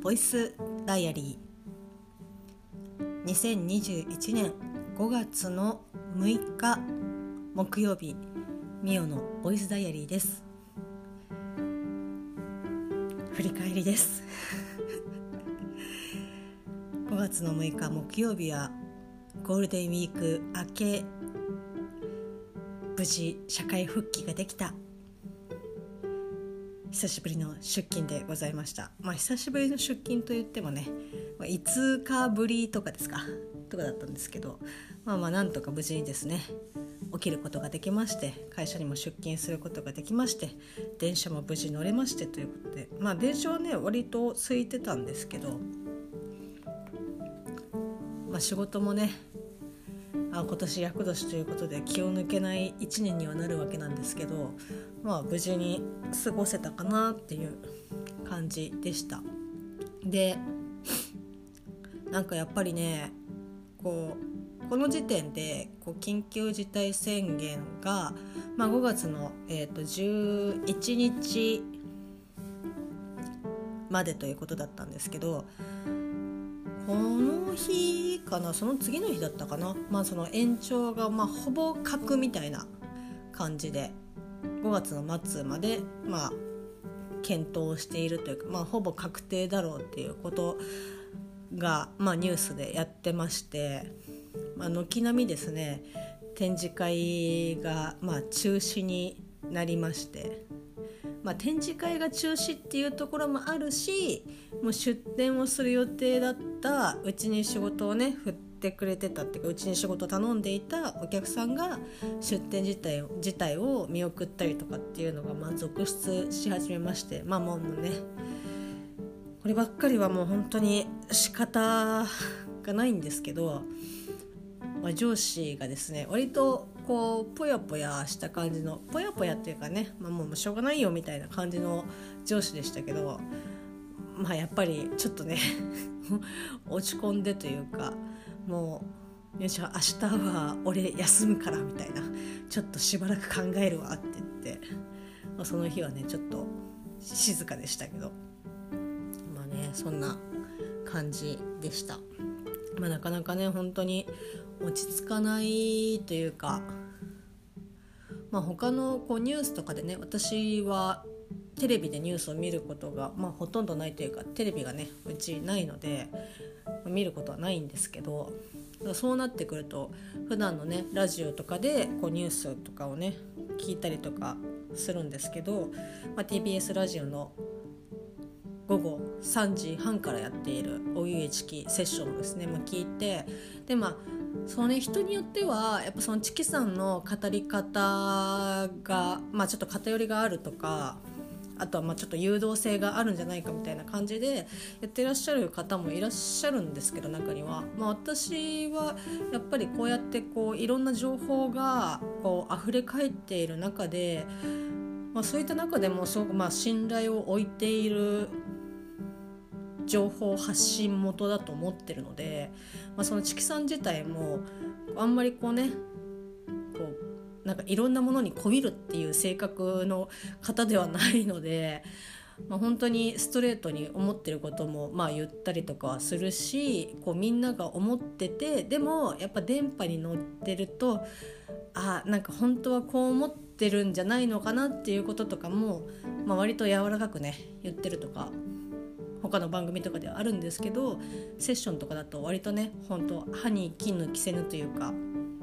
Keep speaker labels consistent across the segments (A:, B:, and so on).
A: ボイスダイアリー。2021年5月の6日木曜日、ミオのボイスダイアリーです。振り返りです5月の6日木曜日はゴールデンウィーク明け、無事社会復帰ができた久しぶりの出勤でございました。久しぶりの出勤といってもね、5日ぶりとかですかとかだったんですけど、なんとか無事にですね起きることができまして、会社にも出勤することができまして、電車も無事乗れましてということで、電車はね割と空いてたんですけど、仕事もね今年厄年ということで気を抜けない1年にはなるわけなんですけど、無事に過ごせたかなっていう感じでした。で、やっぱりねこの時点で緊急事態宣言が、5月の、11日までということだったんですけど、この日かな、その次の日だったかな、その延長がほぼ確みたいな感じで5月の末まで検討しているというか、ほぼ確定だろうっていうことがニュースでやってまして、軒並みですね展示会が中止になりまして、展示会が中止っていうところもあるし、もう出店をする予定だったうちに仕事をね振ってくれてたっていうか、うちに仕事を頼んでいたお客さんが出店自体を見送ったりとかっていうのが続出し始めまして、もうねこればっかりはもう本当に仕方がないんですけど、上司がですね割とぽやぽやした感じの、ぽやぽやっていうかね、もうしょうがないよみたいな感じの上司でしたけど、やっぱりちょっとね落ち込んでというか、もうよし明日は俺休むからみたいな、ちょっとしばらく考えるわって言って、その日はねちょっと静かでしたけど、そんな感じでした。なかなかね本当に落ち着かないというか、他のニュースとかでね、私はテレビでニュースを見ることがほとんどないというか、テレビがねうちないので見ることはないんですけど、そうなってくると普段のねラジオとかでニュースとかをね聞いたりとかするんですけど、TBS ラジオの午後3時半からやっているお湯チキセッションをですね、聞いて、でそのね人によってはやっぱそのチキさんの語り方がちょっと偏りがあるとか、あとはちょっと誘導性があるんじゃないかみたいな感じでやってらっしゃる方もいらっしゃるんですけど、中には私はやっぱりこうやっていろんな情報が溢れ返っている中で、そういった中でもすごく信頼を置いている情報発信元だと思ってるので、そのチキさん自体もあんまりいろんなものにこびるっていう性格の方ではないので、本当にストレートに思ってることも言ったりとかはするし、みんなが思ってて、でもやっぱ電波に乗ってると本当はこう思ってるんじゃないのかなっていうこととかも、割と柔らかくね言ってるとか他の番組とかではあるんですけど、セッションとかだと割とね本当歯に衣着せぬというか、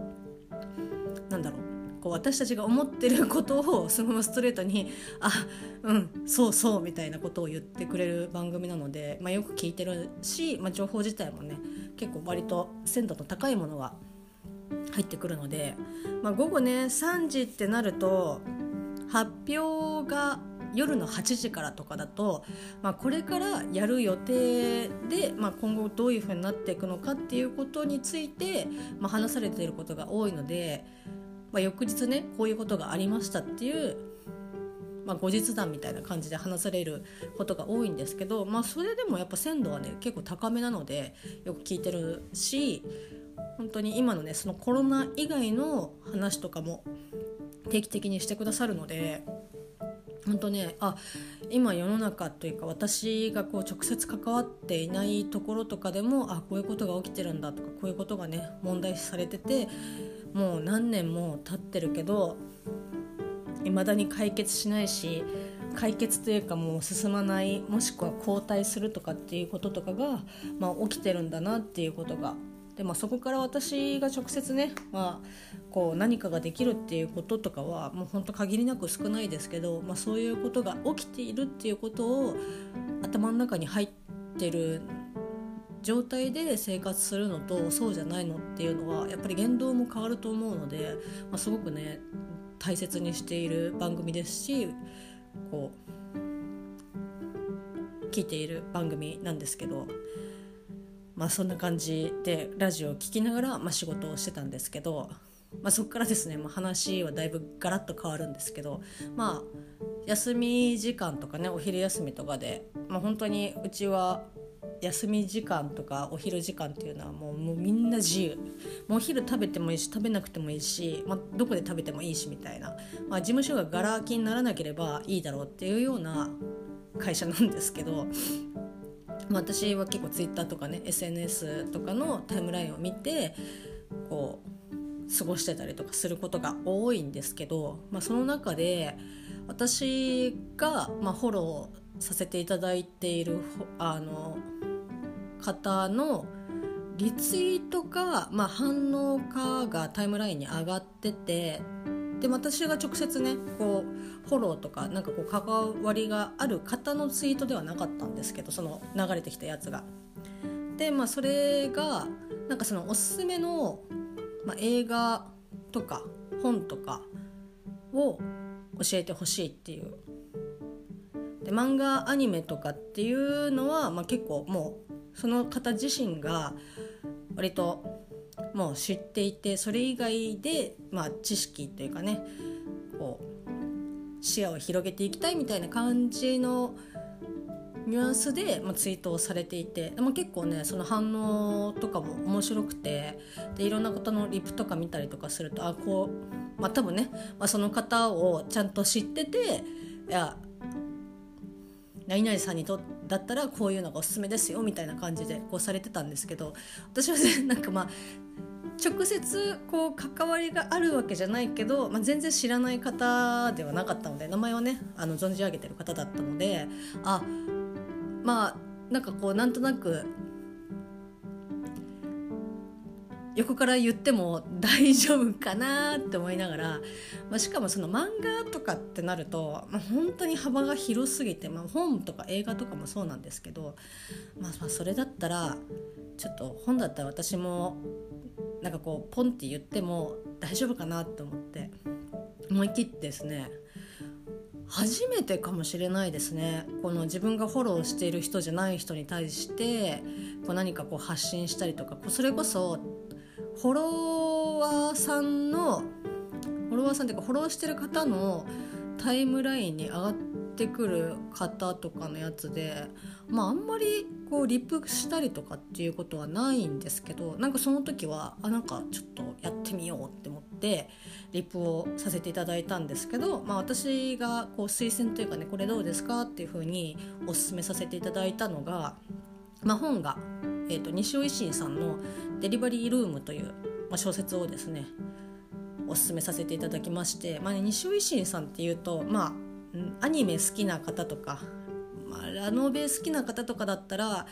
A: 私たちが思ってることをそのままストレートにそうそうみたいなことを言ってくれる番組なので、よく聞いてるし、情報自体もね結構割と鮮度の高いものが入ってくるので、午後ね3時ってなると発表が夜の8時からとかだと、これからやる予定で、今後どういう風になっていくのかっていうことについて、話されていることが多いので、翌日ねこういうことがありましたっていう、後日談みたいな感じで話されることが多いんですけど、それでもやっぱ鮮度はね結構高めなのでよく聞いてるし、本当に今のねそのコロナ以外の話とかも定期的にしてくださるので、 本当ね、今世の中というか私がこう直接関わっていないところとかでもこういうことが起きてるんだとか、こういうことがね問題視されてて、もう何年も経ってるけど未だに解決しないし、解決というかもう進まない、もしくは後退するとかっていうこととかが、起きてるんだなっていうことが、で、そこから私が直接ね、こう何かができるっていうこととかはもう本当限りなく少ないですけど、そういうことが起きているっていうことを頭の中に入ってる状態で生活するのとそうじゃないのっていうのはやっぱり言動も変わると思うので、すごくね大切にしている番組ですし、こう聞いている番組なんですけど、そんな感じでラジオを聞きながら、仕事をしてたんですけど、そこからですね、話はだいぶガラッと変わるんですけど、休み時間とかね、お昼休みとかで、本当にうちは休み時間とかお昼時間っていうのはもうみんな自由、もうお昼食べてもいいし食べなくてもいいし、どこで食べてもいいしみたいな、事務所がガラ空きにならなければいいだろうっていうような会社なんですけど、私は結構ツイッターとかね SNS とかのタイムラインを見てこう過ごしてたりとかすることが多いんですけど、その中で私がフォローさせていただいている方のリツイートか、反応かがタイムラインに上がってて、で私が直接ねこうフォローとかなんかこう関わりがある方のツイートではなかったんですけど、その流れてきたやつがで、それがなんかそのおすすめの、映画とか本とかを教えてほしいっていうで、漫画アニメとかっていうのは、結構もうその方自身が割ともう知っていて、それ以外で、知識というかねこう視野を広げていきたいみたいな感じのニュアンスで、ツイートをされていて、でも結構ねその反応とかも面白くて、でいろんな方のリプとか見たりとかするとこう、多分ね、その方をちゃんと知ってて、いや何々さんにだったらこういうのがおすすめですよみたいな感じでこうされてたんですけど、私はねなんか直接こう関わりがあるわけじゃないけど、全然知らない方ではなかったので、名前はね存じ上げてる方だったので、なんかこうなんとなく横から言っても大丈夫かなって思いながら、しかもその漫画とかってなると、本当に幅が広すぎて、本とか映画とかもそうなんですけど、それだったらちょっと本だったら私もなんかこうポンって言っても大丈夫かなと思って思い切ってですね、初めてかもしれないですね、この自分がフォローしている人じゃない人に対してこう何かこう発信したりとか、それこそフォロワーさんっていうかフォローしてる方のタイムラインに上がってくる方とかのやつで、あんまりこうリプしたりとかっていうことはないんですけど、なんかその時はなんかちょっとやってみようって思ってリプをさせていただいたんですけど、私がこう推薦というかね、これどうですかっていう風におすすめさせていただいたのが、本が、西尾維新さんのデリバリールームという、小説をですねおすすめさせていただきまして、西尾維新さんっていうと、アニメ好きな方とか、ラノベ好きな方とかだったら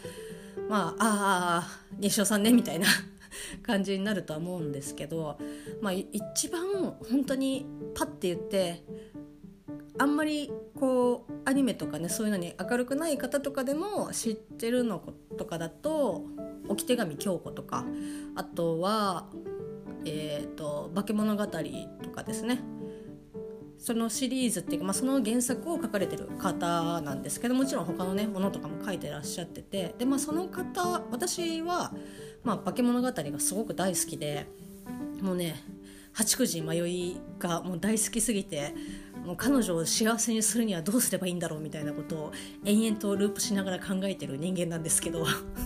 A: 西尾さんねみたいな感じになるとは思うんですけど、一番本当にパッて言ってあんまりこうアニメとかねそういうのに明るくない方とかでも知ってるのとかだと置手紙京子とか、あとは化け物語とかですね、そのシリーズっていうか、その原作を書かれてる方なんですけど、もちろん他のねものとかも書いてらっしゃってて、でその方、私は化け物語がすごく大好きで、もうね八九時迷いがもう大好きすぎて、もう彼女を幸せにするにはどうすればいいんだろうみたいなことを延々とループしながら考えてる人間なんですけど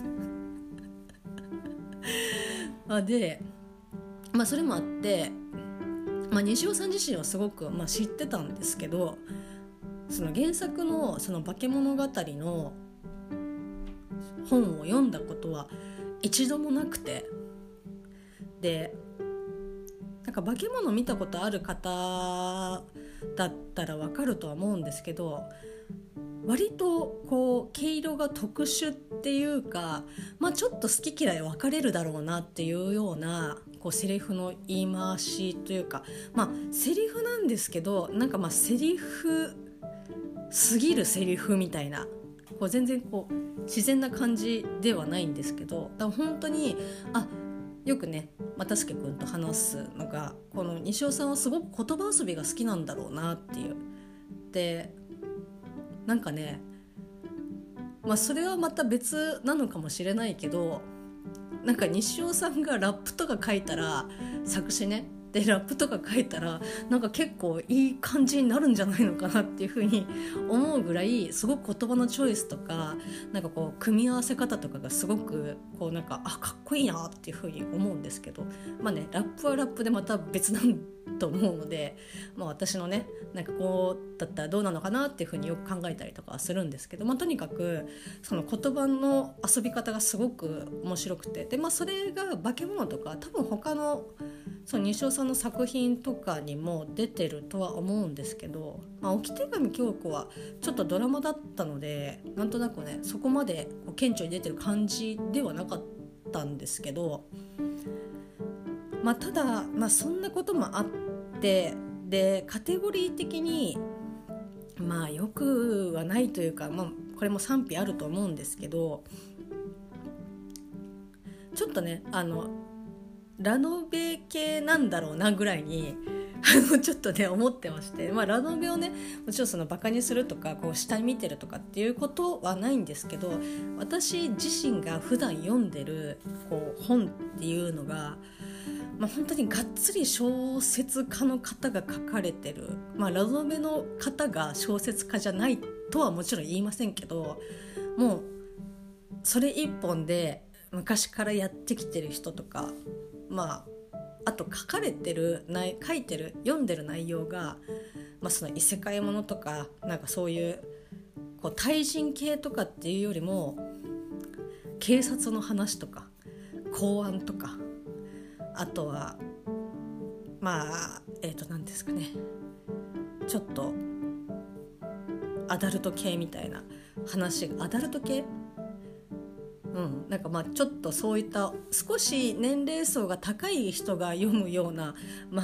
A: で、それもあって、西尾さん自身はすごく、知ってたんですけど、 その原作のその化け物語の本を読んだことは一度もなくて、でなんか化け物見たことある方だったらわかるとは思うんですけど、割とこう毛色が特殊っていうか、ちょっと好き嫌い分かれるだろうなっていうようなこうセリフの言い回しというか、セリフなんですけど、なんかセリフすぎるセリフみたいな、こう全然こう自然な感じではないんですけど、だから本当によくね又助君と話すのが、この西尾さんはすごく言葉遊びが好きなんだろうなっていう。でなんかね、それはまた別なのかもしれないけど、なんか西尾さんがラップとか書いたら、作詞ねでラップとか書いたらなんか結構いい感じになるんじゃないのかなっていうふうに思うぐらい、すごく言葉のチョイスとかなんかこう組み合わせ方とかがすごくこうなんかかっこいいなっていうふうに思うんですけど、ラップはラップでまた別なんと思うので、私のねなんかこうだったらどうなのかなっていうふうによく考えたりとかするんですけど、とにかくその言葉の遊び方がすごく面白くて、でそれが化け物とか多分他のその西尾さんの作品とかにも出てるとは思うんですけど、置手紙京子はちょっとドラマだったのでなんとなくねそこまで顕著に出てる感じではなかったんですけど、ただ、そんなこともあって、でカテゴリー的によくはないというか、これも賛否あると思うんですけど、ちょっとねラノベ系なんだろうなぐらいにちょっとね思ってまして、ラノベをねもちろんそのバカにするとかこう下に見てるとかっていうことはないんですけど、私自身が普段読んでるこう本っていうのが、本当にがっつり小説家の方が書かれてる、ラノベの方が小説家じゃないとはもちろん言いませんけど、もうそれ一本で昔からやってきてる人とか、あと書いてる読んでる内容が、その異世界ものとかなんかそういうこう対人系とかっていうよりも警察の話とか公安とか、あとは何ですかね、ちょっとアダルト系みたいな話が、アダルト系なんかちょっとそういった少し年齢層が高い人が読むような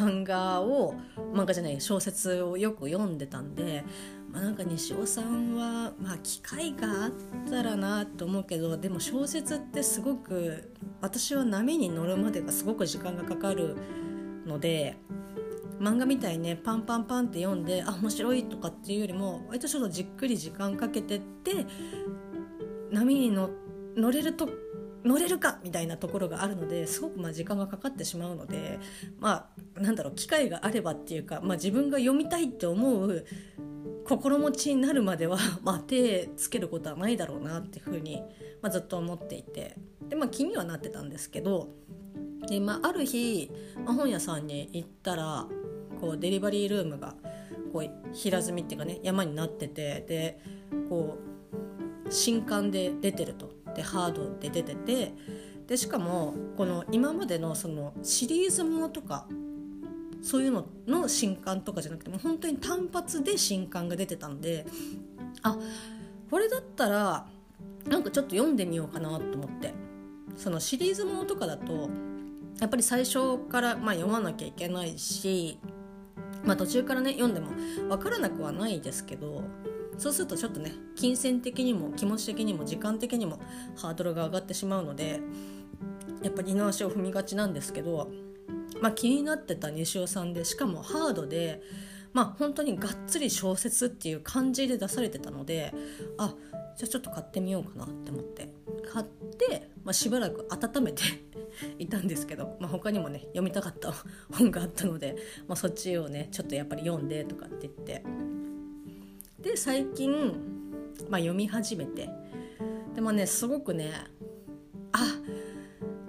A: 小説をよく読んでたんで、なんか西尾さんは機会があったらなと思うけど、でも小説ってすごく私は波に乗るまでがすごく時間がかかるので、漫画みたいにねパンパンパンって読んで面白いとかっていうよりも、割とちょっとじっくり時間かけてって波に乗れるかみたいなところがあるので、すごく時間がかかってしまうので、機会があればっていうか、自分が読みたいって思う心持ちになるまでは、手つけることはないだろうなっていうふうに、ずっと思っていて、で気にはなってたんですけど、で、ある日、本屋さんに行ったらこうデリバリールームがこう平積みっていうかね山になってて、でこう新刊で出てると、でハードで出てて、でしかもこの今までのそのシリーズものとかそういうのの新刊とかじゃなくても本当に単発で新刊が出てたんで、これだったらなんかちょっと読んでみようかなと思って、そのシリーズものとかだとやっぱり最初から読まなきゃいけないし、途中からね読んでも分からなくはないですけど、そうするとちょっとね金銭的にも気持ち的にも時間的にもハードルが上がってしまうので、やっぱり二の足を踏みがちなんですけど、気になってた西尾さんで、しかもハードで本当にがっつり小説っていう感じで出されてたので、じゃあちょっと買ってみようかなって思って買って、しばらく温めていたんですけど、他にもね読みたかった本があったので、そっちをねちょっとやっぱり読んでとかって言って、で最近、読み始めて、でもねすごくね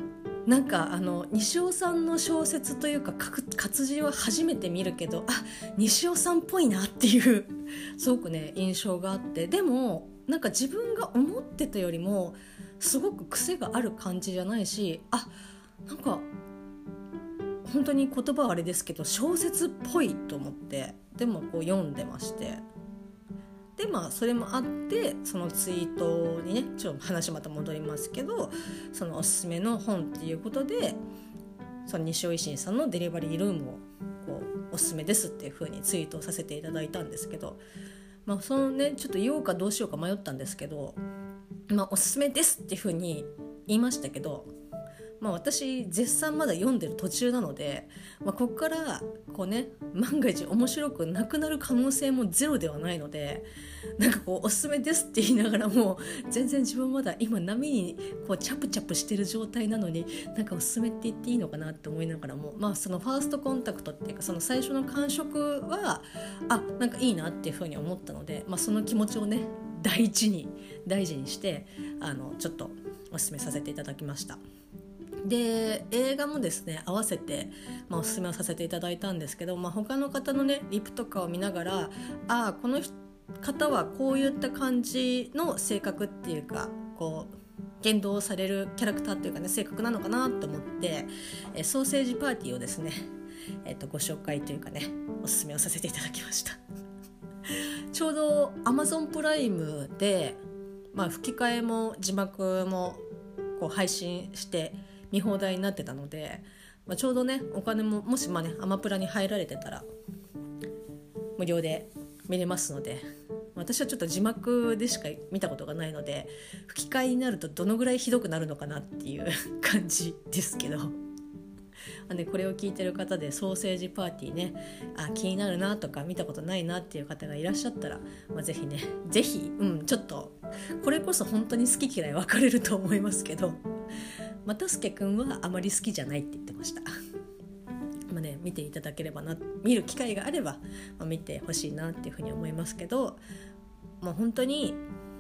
A: なんか西尾さんの小説というか活字は初めて見るけど、西尾さんっぽいなっていうすごくね印象があって、でもなんか自分が思ってたよりもすごく癖がある感じじゃないし、なんか本当に言葉はあれですけど小説っぽいと思って、でもこう読んでまして、でそれもあってそのツイートにねちょっと話また戻りますけど、そのおすすめの本っていうことでその西尾維新さんのデリバリールームをこうおすすめですっていう風にツイートさせていただいたんですけど、そのねちょっと言おうかどうしようか迷ったんですけど、おすすめですっていう風に言いましたけど、私絶賛まだ読んでる途中なので、ここからこうね万が一面白くなくなる可能性もゼロではないので、なんかこうおすすめですって言いながらも全然自分まだ今波にこうチャプチャプしてる状態なのに、なんかおすすめって言っていいのかなって思いながらも、そのファーストコンタクトっていうかその最初の感触はなんかいいなっていうふうに思ったので、その気持ちをね大事にしてちょっとおすすめさせていただきました。で映画もですね合わせて、おすすめをさせていただいたんですけど、他の方のねリプとかを見ながらこの方はこういった感じの性格っていうかこう言動されるキャラクターっていうかね性格なのかなと思って、ソーセージパーティーをですね、ご紹介というかねおすすめをさせていただきましたちょうど Amazon プライムで、吹き替えも字幕もこう配信して見放題になってたので、ちょうどねお金ももしアマプラに入られてたら無料で見れますので、私はちょっと字幕でしか見たことがないので吹き替えになるとどのぐらいひどくなるのかなっていう感じですけどこれを聞いてる方でソーセージパーティーね気になるなとか見たことないなっていう方がいらっしゃったら、ぜひねちょっとこれこそ本当に好き嫌い分かれると思いますけど、又助くんはあまり好きじゃないって言ってました見ていただければな、見る機会があれば、見てほしいなっていうふうに思いますけど、もう本当に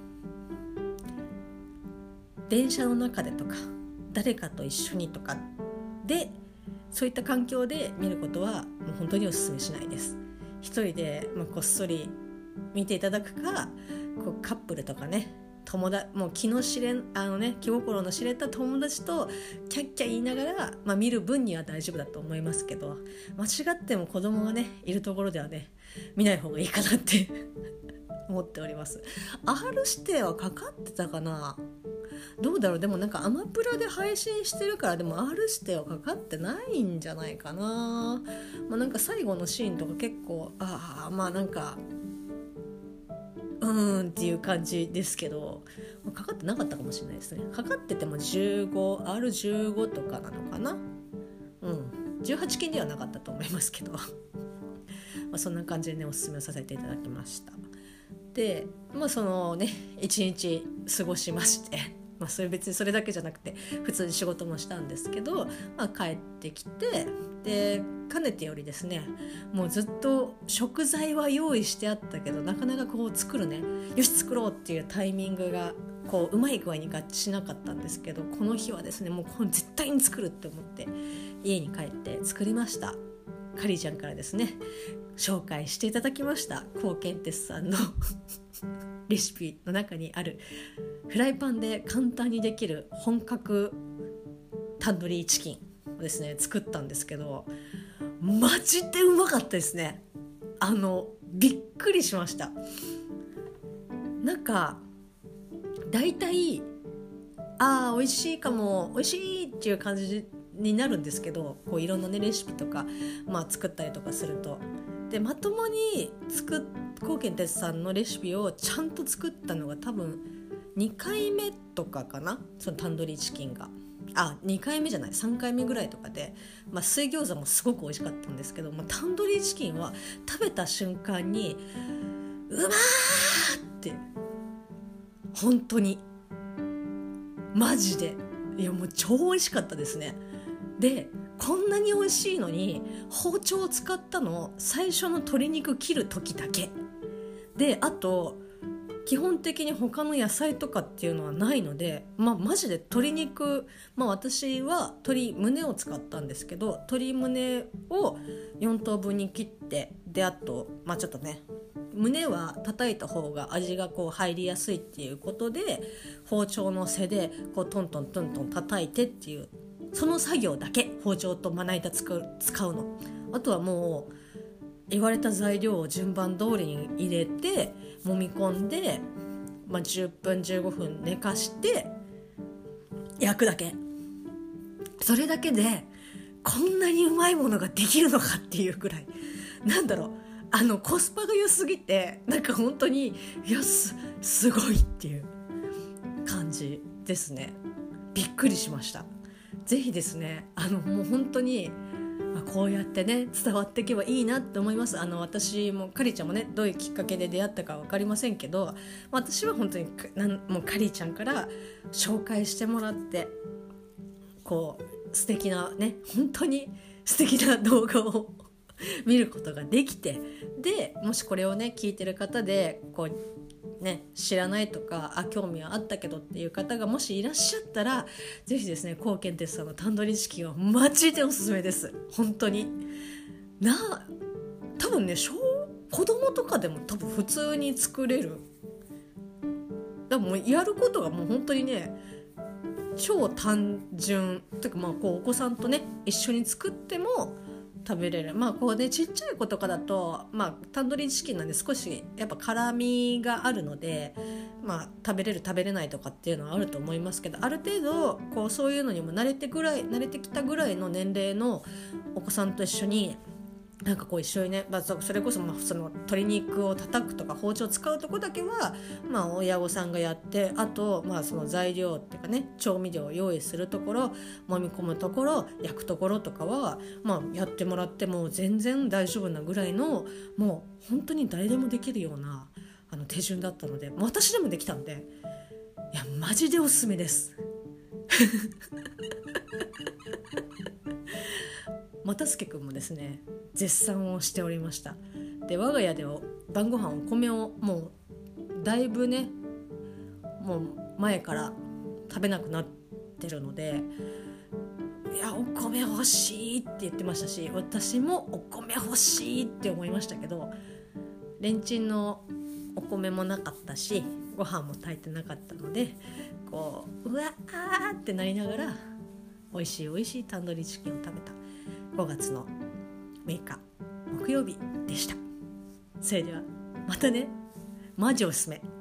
A: 電車の中でとか誰かと一緒にとかでそういった環境で見ることはもう本当にお勧めしないです。一人で、こっそり見ていただくか、こうカップルとかねもう気心の知れた友達とキャッキャ言いながら、見る分には大丈夫だと思いますけど、間違っても子供がねいるところではね見ない方がいいかなって思っております。R 指定はかかってたかな、どうだろう。でもなんかアマプラで配信してるからでも R 指定はかかってないんじゃないかな。なんか最後のシーンとか結構なんかっていう感じですけど、かかってなかったかもしれないですね。かかってても R15 とかなのかな、18禁ではなかったと思いますけどそんな感じでねおすすめをさせていただきました。でそのね一日過ごしまして別にそれだけじゃなくて普通に仕事もしたんですけど、帰ってきて、でかねてよりですねもうずっと食材は用意してあったけどなかなかこう作るねよし作ろうっていうタイミングがこううまい具合に合致しなかったんですけど、この日はですねもうこれ絶対に作るって思って家に帰って作りました。カリーちゃんからですね紹介していただきましたコウケンテツさんのレシピの中にあるフライパンで簡単にできる本格タンドリーチキンをですね作ったんですけど、マジでうまかったですね。びっくりしました。なんかだいたい美味しいかも美味しいっていう感じになるんですけど、こういろんなねレシピとか、作ったりとかするとでまともにコウケンテツさんのレシピをちゃんと作ったのが多分2回目とかかな、そのタンドリーチキンが2回目じゃない3回目ぐらいとかで、水餃子もすごく美味しかったんですけど、タンドリーチキンは食べた瞬間にうまーって本当にマジでもう超美味しかったですね。でこんなに美味しいのに包丁を使ったの最初の鶏肉切る時だけで、あと基本的に他の野菜とかっていうのはないので、マジで鶏肉、私は鶏胸を使ったんですけど、鶏胸を4等分に切って、であと、ちょっとね胸は叩いた方が味がこう入りやすいっていうことで、包丁の背でこうトントントントン叩いてっていう、その作業だけ包丁とまな板使うの。あとはもう言われた材料を順番通りに入れて揉み込んで、10分15分寝かして焼くだけ。それだけでこんなにうまいものができるのかっていうくらい、コスパが良すぎて、本当にすごいっていう感じですね。びっくりしました。ぜひですね、もう本当にこうやってね伝わっていけばいいなって思います。私もカリちゃんもね、どういうきっかけで出会ったか分かりませんけど、私は本当にもうカリちゃんから紹介してもらって、こう素敵なね、本当に素敵な動画を見ることができて、でもしこれをね聞いてる方でこうね、知らないとか興味はあったけどっていう方がもしいらっしゃったら、ぜひですねコウケンテツさんのタンドリーチキンはマジでおすすめです。本当に多分ね子供とかでも多分普通に作れる。だからもうやることがもう本当にね超単純というか、こうお子さんとね一緒に作っても食べれる。こうねちっちゃい子とかだと、タンドリーチキンなんで少しやっぱ辛みがあるので、食べれる食べれないとかっていうのはあると思いますけど、ある程度こうそういうのにも慣れてきたぐらいの年齢のお子さんと一緒にこう一緒にね、それこそその鶏肉を叩くとか包丁を使うとこだけは親御さんがやって、あとその材料っていうかね調味料を用意するところ、揉み込むところ、焼くところとかはやってもらっても全然大丈夫なぐらいの、もう本当に誰でもできるような手順だったので、私でもできたんで、いやマジでおすすめです又助くんもですね絶賛をしておりました。で我が家で晩ご飯お米をもうだいぶねもう前から食べなくなってるので、いやお米欲しいって言ってましたし、私もお米欲しいって思いましたけど、レンチンのお米もなかったしご飯も炊いてなかったので、こうわーってなりながら美味しいタンドリーチキンを食べた5月の6日木曜日でした。それではまたね、マジおすすめ。